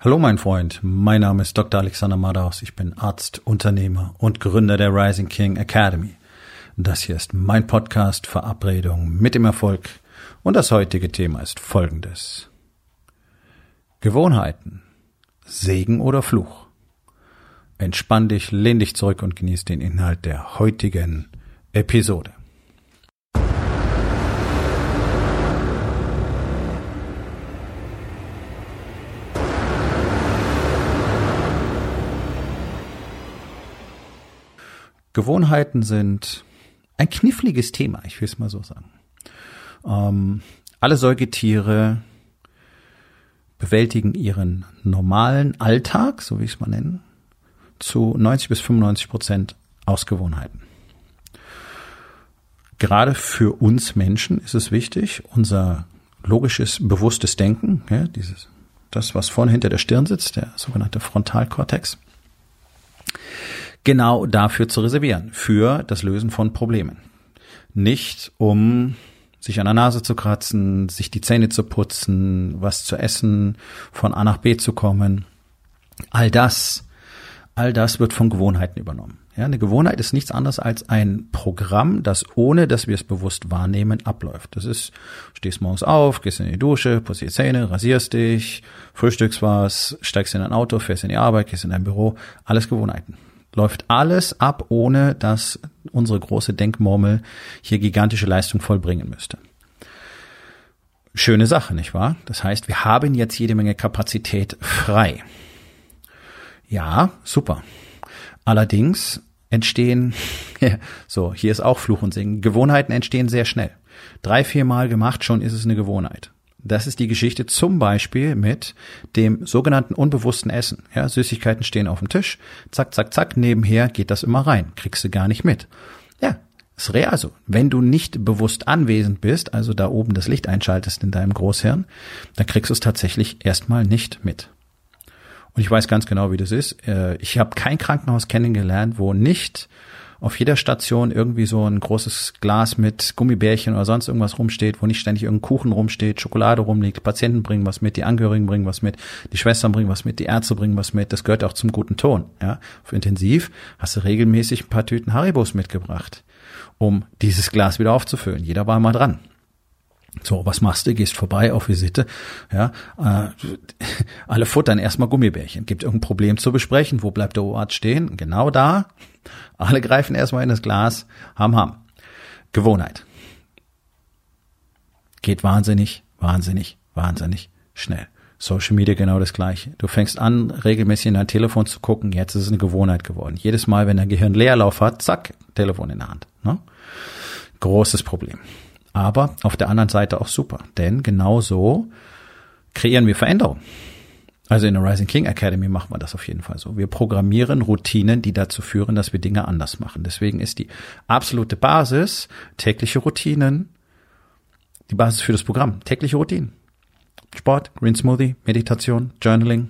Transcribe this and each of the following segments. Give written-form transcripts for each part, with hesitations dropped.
Hallo mein Freund, mein Name ist Dr. Alexander Madaus, ich bin Arzt, Unternehmer und Gründer der Rising King Academy. Das hier ist mein Podcast Verabredung mit dem Erfolg und das heutige Thema ist folgendes. Gewohnheiten, Segen oder Fluch? Entspann dich, lehn dich zurück und genieß den Inhalt der heutigen Episode. Gewohnheiten sind ein kniffliges Thema, ich will es mal so sagen. Alle Säugetiere bewältigen ihren normalen Alltag, so wie ich es mal nenne, zu 90-95% aus Gewohnheiten. Gerade für uns Menschen ist es wichtig, unser logisches, bewusstes Denken, ja, das, was vorne hinter der Stirn sitzt, der sogenannte Frontalkortex, genau dafür zu reservieren, für das Lösen von Problemen. Nicht um sich an der Nase zu kratzen, sich die Zähne zu putzen, was zu essen, von A nach B zu kommen. All das wird von Gewohnheiten übernommen. Ja, eine Gewohnheit ist nichts anderes als ein Programm, das ohne, dass wir es bewusst wahrnehmen, abläuft. Das ist, stehst morgens auf, gehst in die Dusche, putzt die Zähne, rasierst dich, frühstückst was, steigst in ein Auto, fährst in die Arbeit, gehst in dein Büro. Alles Gewohnheiten. Läuft alles ab, ohne dass unsere große Denkmurmel hier gigantische Leistung vollbringen müsste. Schöne Sache, nicht wahr? Das heißt, wir haben jetzt jede Menge Kapazität frei. Ja, super. Allerdings entstehen, hier ist auch Fluch und Segen, Gewohnheiten entstehen sehr schnell. 3-4 Mal gemacht, schon ist es eine Gewohnheit. Das ist die Geschichte zum Beispiel mit dem sogenannten unbewussten Essen. Ja, Süßigkeiten stehen auf dem Tisch, zack, zack, zack, nebenher geht das immer rein, kriegst du gar nicht mit. Ja, ist real so. Wenn du nicht bewusst anwesend bist, also da oben das Licht einschaltest in deinem Großhirn, dann kriegst du es tatsächlich erstmal nicht mit. Und ich weiß ganz genau, wie das ist. Ich habe kein Krankenhaus kennengelernt, wo nicht auf jeder Station irgendwie so ein großes Glas mit Gummibärchen oder sonst irgendwas rumsteht, wo nicht ständig irgendein Kuchen rumsteht, Schokolade rumliegt, Patienten bringen was mit, die Angehörigen bringen was mit, die Schwestern bringen was mit, die Ärzte bringen was mit. Das gehört auch zum guten Ton. Ja, auf Intensiv hast du regelmäßig ein paar Tüten Haribos mitgebracht, um dieses Glas wieder aufzufüllen. Jeder war mal dran. So, was machst du? Gehst vorbei auf Visite, ja, alle futtern erstmal Gummibärchen. Gibt irgendein Problem zu besprechen? Wo bleibt der Oberarzt stehen? Genau da. Alle greifen erstmal in das Glas. Ham. Gewohnheit. Geht wahnsinnig schnell. Social Media genau das Gleiche. Du fängst an, regelmäßig in dein Telefon zu gucken. Jetzt ist es eine Gewohnheit geworden. Jedes Mal, wenn dein Gehirn Leerlauf hat, zack, Telefon in der Hand. Ne? Großes Problem. Aber auf der anderen Seite auch super, denn genau so kreieren wir Veränderung. Also in der Rising King Academy machen wir das auf jeden Fall so. Wir programmieren Routinen, die dazu führen, dass wir Dinge anders machen. Deswegen ist die absolute Basis tägliche Routinen, die Basis für das Programm. Tägliche Routinen. Sport, Green Smoothie, Meditation, Journaling.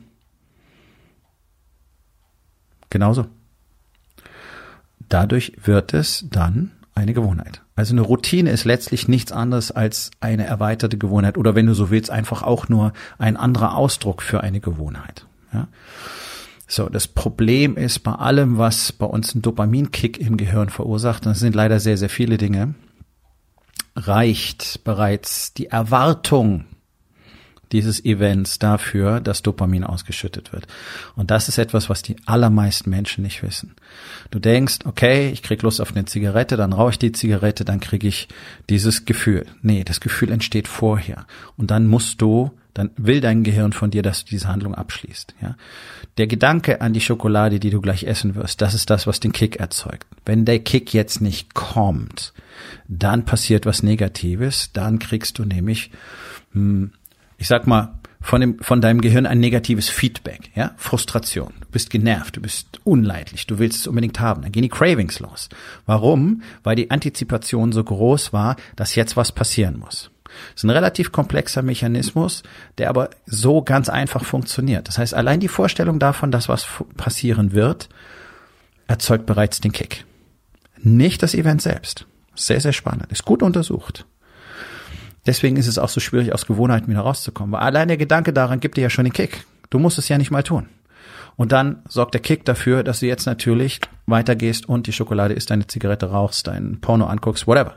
Genauso. Dadurch wird es dann eine Gewohnheit. Also eine Routine ist letztlich nichts anderes als eine erweiterte Gewohnheit oder wenn du so willst, einfach auch nur ein anderer Ausdruck für eine Gewohnheit. Ja? So, das Problem ist bei allem, was bei uns einen Dopaminkick im Gehirn verursacht, und das sind leider sehr, sehr viele Dinge, reicht bereits die Erwartung dieses Events dafür, dass Dopamin ausgeschüttet wird. Und das ist etwas, was die allermeisten Menschen nicht wissen. Du denkst, okay, ich krieg Lust auf eine Zigarette, dann rauche ich die Zigarette, dann kriege ich dieses Gefühl. Nee, das Gefühl entsteht vorher. Und dann will dein Gehirn von dir, dass du diese Handlung abschließt. Ja? Der Gedanke an die Schokolade, die du gleich essen wirst, das ist das, was den Kick erzeugt. Wenn der Kick jetzt nicht kommt, dann passiert was Negatives, dann kriegst du nämlich ich sag mal, von deinem Gehirn ein negatives Feedback, ja, Frustration. Du bist genervt, du bist unleidlich, du willst es unbedingt haben. Dann gehen die Cravings los. Warum? Weil die Antizipation so groß war, dass jetzt was passieren muss. Das ist ein relativ komplexer Mechanismus, der aber so ganz einfach funktioniert. Das heißt, allein die Vorstellung davon, dass was passieren wird, erzeugt bereits den Kick. Nicht das Event selbst. Sehr, sehr spannend. Ist gut untersucht. Deswegen ist es auch so schwierig, aus Gewohnheiten wieder rauszukommen. Weil allein der Gedanke daran gibt dir ja schon den Kick. Du musst es ja nicht mal tun. Und dann sorgt der Kick dafür, dass du jetzt natürlich weitergehst und die Schokolade isst, deine Zigarette rauchst, dein Porno anguckst, whatever.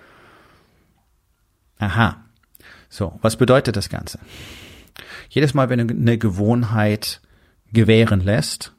Aha. So, was bedeutet das Ganze? Jedes Mal, wenn du eine Gewohnheit gewähren lässt,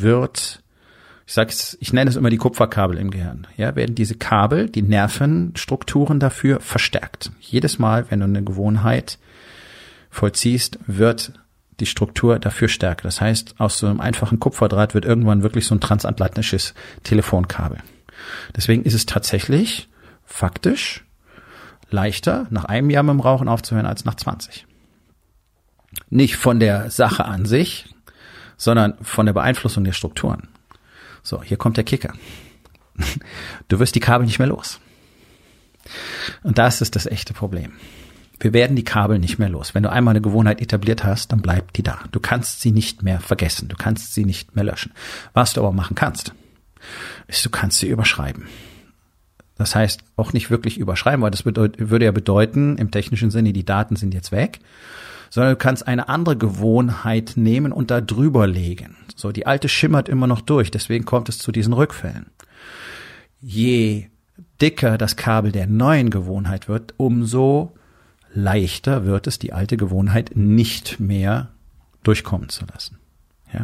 ich nenne es immer die Kupferkabel im Gehirn, ja, werden diese Kabel, die Nervenstrukturen dafür verstärkt. Jedes Mal, wenn du eine Gewohnheit vollziehst, wird die Struktur dafür stärker. Das heißt, aus so einem einfachen Kupferdraht wird irgendwann wirklich so ein transatlantisches Telefonkabel. Deswegen ist es tatsächlich faktisch leichter, nach einem Jahr mit dem Rauchen aufzuhören, als nach 20. Nicht von der Sache an sich, sondern von der Beeinflussung der Strukturen. So, hier kommt der Kicker. Du wirst die Kabel nicht mehr los. Und das ist das echte Problem. Wir werden die Kabel nicht mehr los. Wenn du einmal eine Gewohnheit etabliert hast, dann bleibt die da. Du kannst sie nicht mehr vergessen. Du kannst sie nicht mehr löschen. Was du aber machen kannst, ist, du kannst sie überschreiben. Das heißt, auch nicht wirklich überschreiben, weil das würde ja bedeuten, im technischen Sinne, die Daten sind jetzt weg, sondern du kannst eine andere Gewohnheit nehmen und da drüber legen. So, die alte schimmert immer noch durch, deswegen kommt es zu diesen Rückfällen. Je dicker das Kabel der neuen Gewohnheit wird, umso leichter wird es, die alte Gewohnheit nicht mehr durchkommen zu lassen. Ja?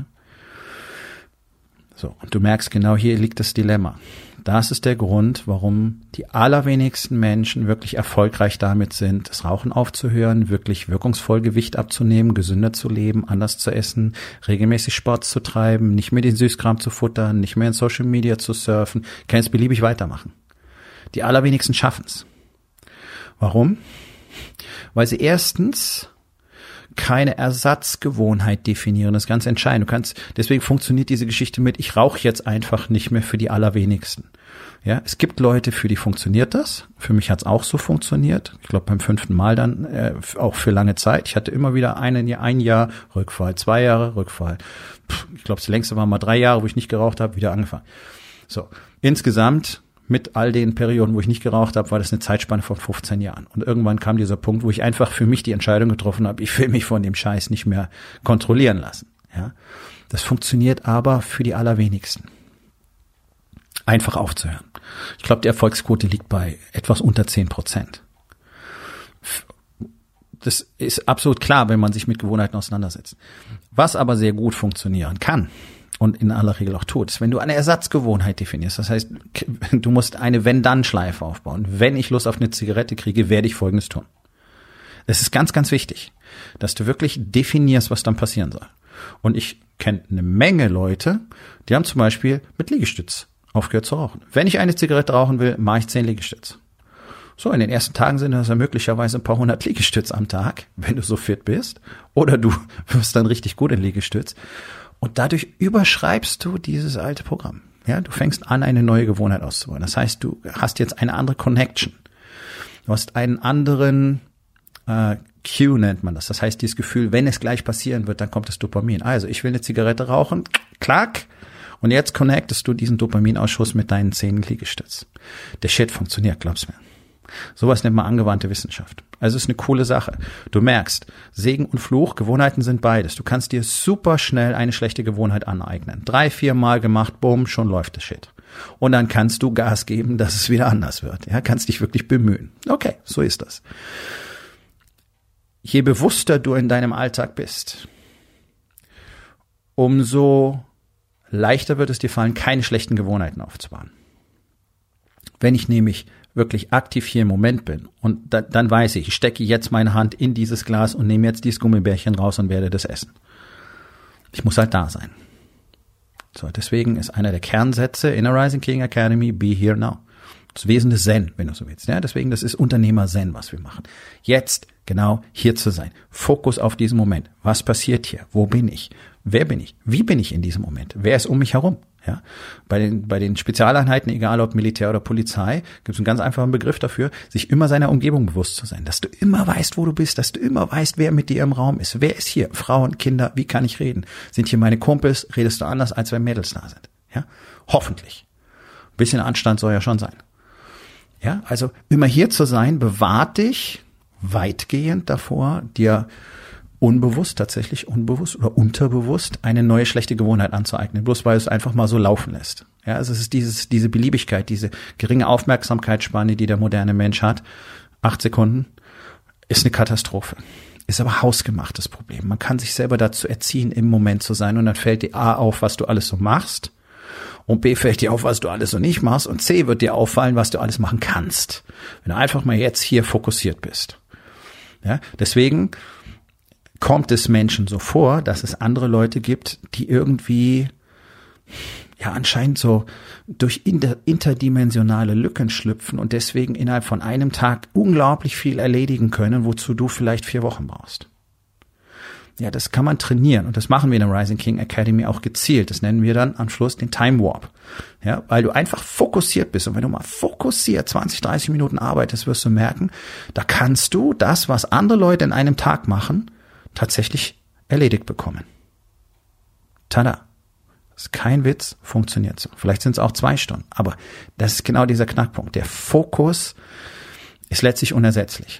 So, und du merkst genau, hier liegt das Dilemma. Das ist der Grund, warum die allerwenigsten Menschen wirklich erfolgreich damit sind, das Rauchen aufzuhören, wirklich wirkungsvoll Gewicht abzunehmen, gesünder zu leben, anders zu essen, regelmäßig Sport zu treiben, nicht mehr den Süßkram zu futtern, nicht mehr in Social Media zu surfen, kann es beliebig weitermachen. Die allerwenigsten schaffen's. Warum? Weil sie erstens keine Ersatzgewohnheit definieren. Das ist ganz entscheidend. Deswegen funktioniert diese Geschichte mit, ich rauche jetzt einfach nicht mehr, für die allerwenigsten. Ja, es gibt Leute, für die funktioniert das. Für mich hat es auch so funktioniert. Ich glaube beim 5. Mal dann auch für lange Zeit. Ich hatte immer wieder ein Jahr Rückfall, 2 Jahre Rückfall. Ich glaube, das längste war mal 3 Jahre, wo ich nicht geraucht habe, wieder angefangen. So, insgesamt mit all den Perioden, wo ich nicht geraucht habe, war das eine Zeitspanne von 15 Jahren. Und irgendwann kam dieser Punkt, wo ich einfach für mich die Entscheidung getroffen habe, ich will mich von dem Scheiß nicht mehr kontrollieren lassen. Ja, das funktioniert aber für die allerwenigsten. Einfach aufzuhören. Ich glaube, die Erfolgsquote liegt bei etwas unter 10%. Das ist absolut klar, wenn man sich mit Gewohnheiten auseinandersetzt. Was aber sehr gut funktionieren kann, und in aller Regel auch tut, ist, wenn du eine Ersatzgewohnheit definierst. Das heißt, du musst eine Wenn-Dann-Schleife aufbauen. Wenn ich Lust auf eine Zigarette kriege, werde ich Folgendes tun. Das ist ganz, ganz wichtig, dass du wirklich definierst, was dann passieren soll. Und ich kenne eine Menge Leute, die haben zum Beispiel mit Liegestütz aufgehört zu rauchen. Wenn ich eine Zigarette rauchen will, mache ich 10 Liegestütz. So, in den ersten Tagen sind das ja möglicherweise ein paar 100 Liegestütz am Tag, wenn du so fit bist. Oder du wirst dann richtig gut in Liegestütz. Und dadurch überschreibst du dieses alte Programm. Ja, du fängst an, eine neue Gewohnheit auszubauen. Das heißt, du hast jetzt eine andere Connection. Du hast einen anderen Cue nennt man das. Das heißt, dieses Gefühl, wenn es gleich passieren wird, dann kommt das Dopamin. Also, ich will eine Zigarette rauchen, klack. Und jetzt connectest du diesen Dopaminausschuss mit deinen 10 Liegestütz. Der Shit funktioniert, glaub's mir. Sowas nennt man angewandte Wissenschaft. Also es ist eine coole Sache. Du merkst, Segen und Fluch, Gewohnheiten sind beides. Du kannst dir super schnell eine schlechte Gewohnheit aneignen. 3-4 Mal gemacht, bumm, schon läuft der Shit. Und dann kannst du Gas geben, dass es wieder anders wird. Ja, kannst dich wirklich bemühen. Okay, so ist das. Je bewusster du in deinem Alltag bist, umso leichter wird es dir fallen, keine schlechten Gewohnheiten aufzubauen. Wenn ich nämlich wirklich aktiv hier im Moment bin und dann weiß ich stecke jetzt meine Hand in dieses Glas und nehme jetzt dieses Gummibärchen raus und werde das essen. Ich muss halt da sein. So, deswegen ist einer der Kernsätze in der Rising King Academy, be here now. Das Wesen des Zen, wenn du so willst. Ja, deswegen, das ist Unternehmer-Zen, was wir machen. Jetzt genau hier zu sein. Fokus auf diesen Moment. Was passiert hier? Wo bin ich? Wer bin ich? Wie bin ich in diesem Moment? Wer ist um mich herum? Ja, bei den Spezialeinheiten, egal ob Militär oder Polizei, gibt es einen ganz einfachen Begriff dafür, sich immer seiner Umgebung bewusst zu sein, dass du immer weißt, wo du bist, dass du immer weißt, wer mit dir im Raum ist, wer ist hier, Frauen, Kinder, wie kann ich reden? Sind hier meine Kumpels? Redest du anders, als wenn Mädels da sind? Ja, hoffentlich. Ein bisschen Anstand soll ja schon sein. Ja, also immer hier zu sein, bewahrt dich weitgehend davor, dir unbewusst oder unterbewusst eine neue schlechte Gewohnheit anzueignen, bloß weil es einfach mal so laufen lässt. Ja, also es ist diese Beliebigkeit, diese geringe Aufmerksamkeitsspanne, die der moderne Mensch hat. 8 Sekunden ist eine Katastrophe. Ist aber hausgemachtes Problem. Man kann sich selber dazu erziehen, im Moment zu sein, und dann fällt dir A auf, was du alles so machst, und B fällt dir auf, was du alles so nicht machst, und C wird dir auffallen, was du alles machen kannst, wenn du einfach mal jetzt hier fokussiert bist. Ja, deswegen kommt es Menschen so vor, dass es andere Leute gibt, die irgendwie ja anscheinend so durch interdimensionale Lücken schlüpfen und deswegen innerhalb von einem Tag unglaublich viel erledigen können, wozu du vielleicht 4 Wochen brauchst. Ja, das kann man trainieren, und das machen wir in der Rising King Academy auch gezielt. Das nennen wir dann am Schluss den Time Warp. Ja, weil du einfach fokussiert bist, und wenn du mal fokussiert 20, 30 Minuten arbeitest, wirst du merken, da kannst du das, was andere Leute in einem Tag machen, tatsächlich erledigt bekommen. Tada. Das ist kein Witz, funktioniert so. Vielleicht sind es auch 2 Stunden, aber das ist genau dieser Knackpunkt. Der Fokus ist letztlich unersetzlich.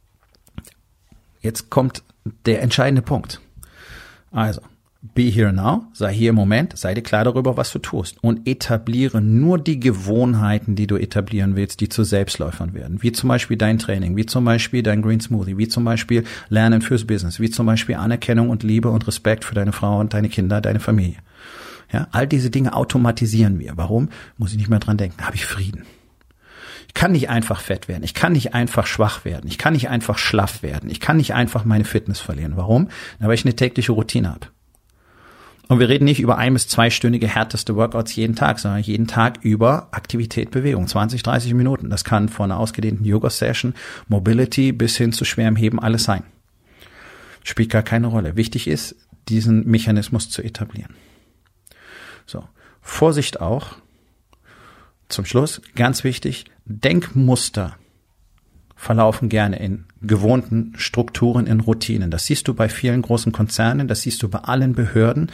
Jetzt kommt der entscheidende Punkt. Also, be here now, sei hier im Moment, sei dir klar darüber, was du tust, und etabliere nur die Gewohnheiten, die du etablieren willst, die zu Selbstläufern werden. Wie zum Beispiel dein Training, wie zum Beispiel dein Green Smoothie, wie zum Beispiel Lernen fürs Business, wie zum Beispiel Anerkennung und Liebe und Respekt für deine Frau und deine Kinder, deine Familie. Ja, all diese Dinge automatisieren wir. Warum? Muss ich nicht mehr dran denken. Da habe ich Frieden. Ich kann nicht einfach fett werden. Ich kann nicht einfach schwach werden. Ich kann nicht einfach schlaff werden. Ich kann nicht einfach meine Fitness verlieren. Warum? Weil ich eine tägliche Routine habe. Und wir reden nicht über 1- bis 2-stündige härteste Workouts jeden Tag, sondern jeden Tag über Aktivität, Bewegung, 20, 30 Minuten. Das kann von einer ausgedehnten Yoga-Session, Mobility bis hin zu schwerem Heben alles sein. Spielt gar keine Rolle. Wichtig ist, diesen Mechanismus zu etablieren. So, Vorsicht auch. Zum Schluss, ganz wichtig, Denkmuster verlaufen gerne in gewohnten Strukturen, in Routinen. Das siehst du bei vielen großen Konzernen, das siehst du bei allen Behörden,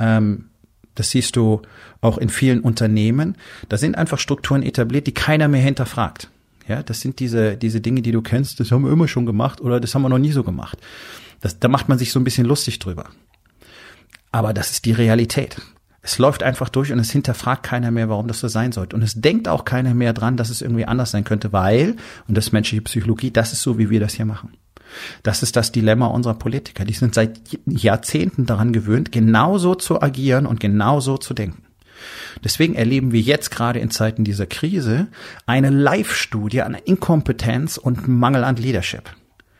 das siehst du auch in vielen Unternehmen. Da sind einfach Strukturen etabliert, die keiner mehr hinterfragt. Ja, das sind diese Dinge, die du kennst, das haben wir immer schon gemacht oder das haben wir noch nie so gemacht. Da macht man sich so ein bisschen lustig drüber. Aber das ist die Realität. Es läuft einfach durch und es hinterfragt keiner mehr, warum das so sein sollte. Und es denkt auch keiner mehr dran, dass es irgendwie anders sein könnte, weil, und das ist menschliche Psychologie, das ist so, wie wir das hier machen. Das ist das Dilemma unserer Politiker. Die sind seit Jahrzehnten daran gewöhnt, genauso zu agieren und genauso zu denken. Deswegen erleben wir jetzt gerade in Zeiten dieser Krise eine Live-Studie an Inkompetenz und Mangel an Leadership.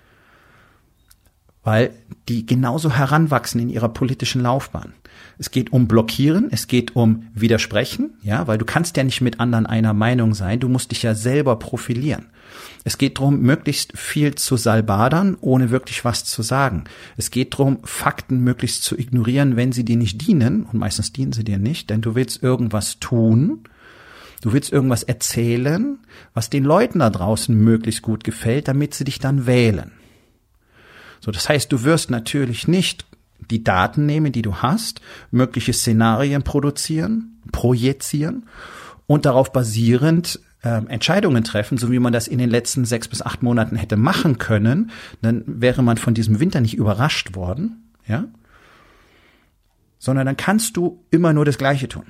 Weil die genauso heranwachsen in ihrer politischen Laufbahn. Es geht um Blockieren, es geht um Widersprechen, ja, weil du kannst ja nicht mit anderen einer Meinung sein, du musst dich ja selber profilieren. Es geht darum, möglichst viel zu salbadern, ohne wirklich was zu sagen. Es geht darum, Fakten möglichst zu ignorieren, wenn sie dir nicht dienen, und meistens dienen sie dir nicht, denn du willst irgendwas tun, du willst irgendwas erzählen, was den Leuten da draußen möglichst gut gefällt, damit sie dich dann wählen. So, das heißt, du wirst natürlich nicht die Daten nehmen, die du hast, mögliche Szenarien produzieren, projizieren und darauf basierend Entscheidungen treffen, so wie man das in den letzten 6 bis 8 Monaten hätte machen können, dann wäre man von diesem Winter nicht überrascht worden, ja? Sondern dann kannst du immer nur das Gleiche tun.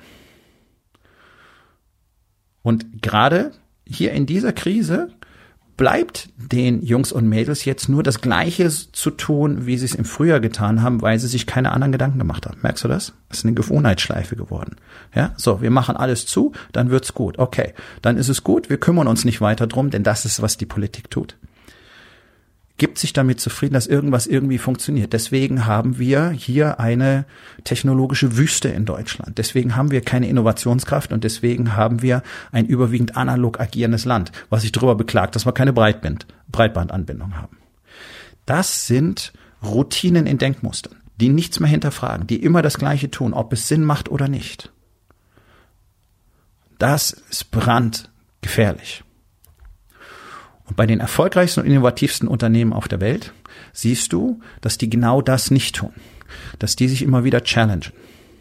Und gerade hier in dieser Krise bleibt den Jungs und Mädels jetzt nur das Gleiche zu tun, wie sie es im Frühjahr getan haben, weil sie sich keine anderen Gedanken gemacht haben. Merkst du das? Das ist eine Gewohnheitsschleife geworden. Ja, so, wir machen alles zu, dann wird's gut. Okay, dann ist es gut, wir kümmern uns nicht weiter drum, denn das ist, was die Politik tut. Gibt sich damit zufrieden, dass irgendwas irgendwie funktioniert. Deswegen haben wir hier eine technologische Wüste in Deutschland. Deswegen haben wir keine Innovationskraft und deswegen haben wir ein überwiegend analog agierendes Land, was sich darüber beklagt, dass wir keine Breitbandanbindung haben. Das sind Routinen in Denkmustern, die nichts mehr hinterfragen, die immer das Gleiche tun, ob es Sinn macht oder nicht. Das ist brandgefährlich. Und bei den erfolgreichsten und innovativsten Unternehmen auf der Welt siehst du, dass die genau das nicht tun, dass die sich immer wieder challengen.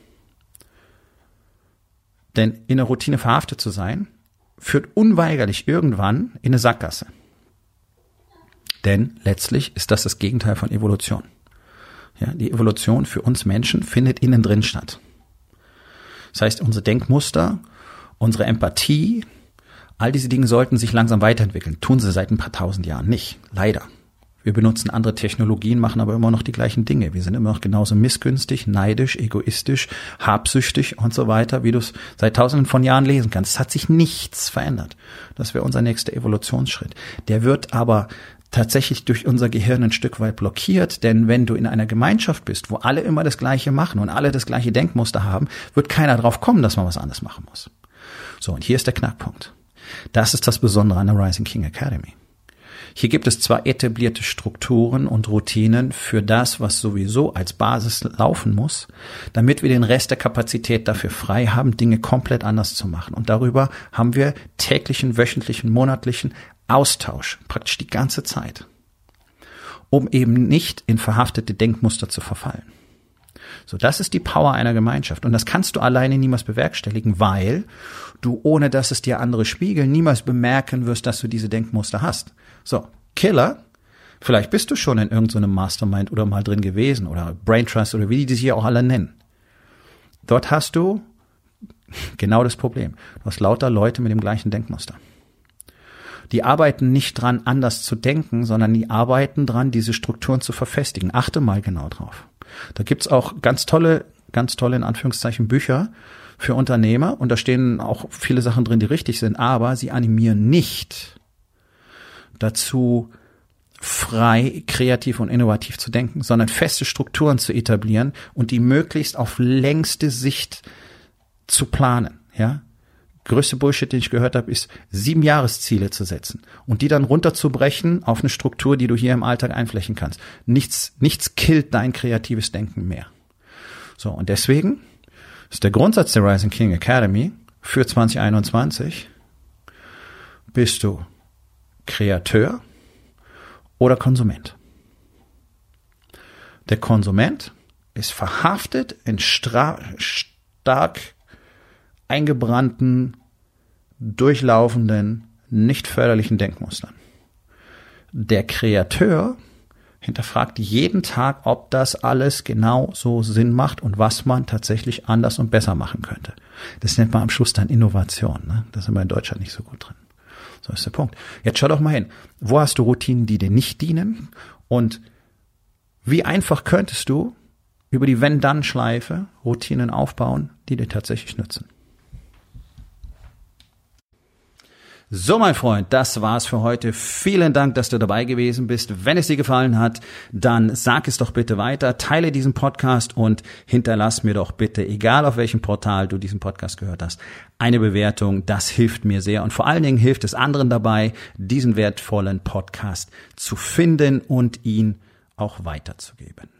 Denn in der Routine verhaftet zu sein, führt unweigerlich irgendwann in eine Sackgasse. Denn letztlich ist das Gegenteil von Evolution. Ja, die Evolution für uns Menschen findet innen drin statt. Das heißt, unsere Denkmuster, unsere Empathie, all diese Dinge sollten sich langsam weiterentwickeln. Tun sie seit ein paar tausend Jahren nicht. Leider. Wir benutzen andere Technologien, machen aber immer noch die gleichen Dinge. Wir sind immer noch genauso missgünstig, neidisch, egoistisch, habsüchtig und so weiter, wie du es seit tausenden von Jahren lesen kannst. Es hat sich nichts verändert. Das wäre unser nächster Evolutionsschritt. Der wird aber tatsächlich durch unser Gehirn ein Stück weit blockiert, denn wenn du in einer Gemeinschaft bist, wo alle immer das Gleiche machen und alle das gleiche Denkmuster haben, wird keiner drauf kommen, dass man was anderes machen muss. So, und hier ist der Knackpunkt. Das ist das Besondere an der Rising King Academy. Hier gibt es zwar etablierte Strukturen und Routinen für das, was sowieso als Basis laufen muss, damit wir den Rest der Kapazität dafür frei haben, Dinge komplett anders zu machen. Und darüber haben wir täglichen, wöchentlichen, monatlichen Austausch, praktisch die ganze Zeit, um eben nicht in verhaftete Denkmuster zu verfallen. So, das ist die Power einer Gemeinschaft. Und das kannst du alleine niemals bewerkstelligen, weil du, ohne dass es dir andere spiegeln, niemals bemerken wirst, dass du diese Denkmuster hast. So, Killer, vielleicht bist du schon in irgendeinem Mastermind oder mal drin gewesen oder Brain Trust oder wie die sich hier auch alle nennen. Dort hast du genau das Problem. Du hast lauter Leute mit dem gleichen Denkmuster. Die arbeiten nicht dran, anders zu denken, sondern die arbeiten dran, diese Strukturen zu verfestigen. Achte mal genau drauf. Da gibt's auch ganz tolle in Anführungszeichen Bücher für Unternehmer und da stehen auch viele Sachen drin, die richtig sind, aber sie animieren nicht dazu, frei, kreativ und innovativ zu denken, sondern feste Strukturen zu etablieren und die möglichst auf längste Sicht zu planen. Ja? Größte Bullshit, den ich gehört habe, ist 7 Jahresziele zu setzen und die dann runterzubrechen auf eine Struktur, die du hier im Alltag einflächen kannst. Nichts killt dein kreatives Denken mehr. So, und deswegen ist der Grundsatz der Rising King Academy für 2021: Bist du Kreateur oder Konsument? Der Konsument ist verhaftet in stark eingebrannten, durchlaufenden, nicht förderlichen Denkmustern. Der Kreateur hinterfragt jeden Tag, ob das alles genau so Sinn macht und was man tatsächlich anders und besser machen könnte. Das nennt man am Schluss dann Innovation. Ne? Da sind wir in Deutschland nicht so gut drin. So ist der Punkt. Jetzt schau doch mal hin. Wo hast du Routinen, die dir nicht dienen? Und wie einfach könntest du über die Wenn-Dann-Schleife Routinen aufbauen, die dir tatsächlich nützen? So, mein Freund, das war's für heute. Vielen Dank, dass du dabei gewesen bist. Wenn es dir gefallen hat, dann sag es doch bitte weiter, teile diesen Podcast und hinterlass mir doch bitte, egal auf welchem Portal du diesen Podcast gehört hast, eine Bewertung. Das hilft mir sehr und vor allen Dingen hilft es anderen dabei, diesen wertvollen Podcast zu finden und ihn auch weiterzugeben.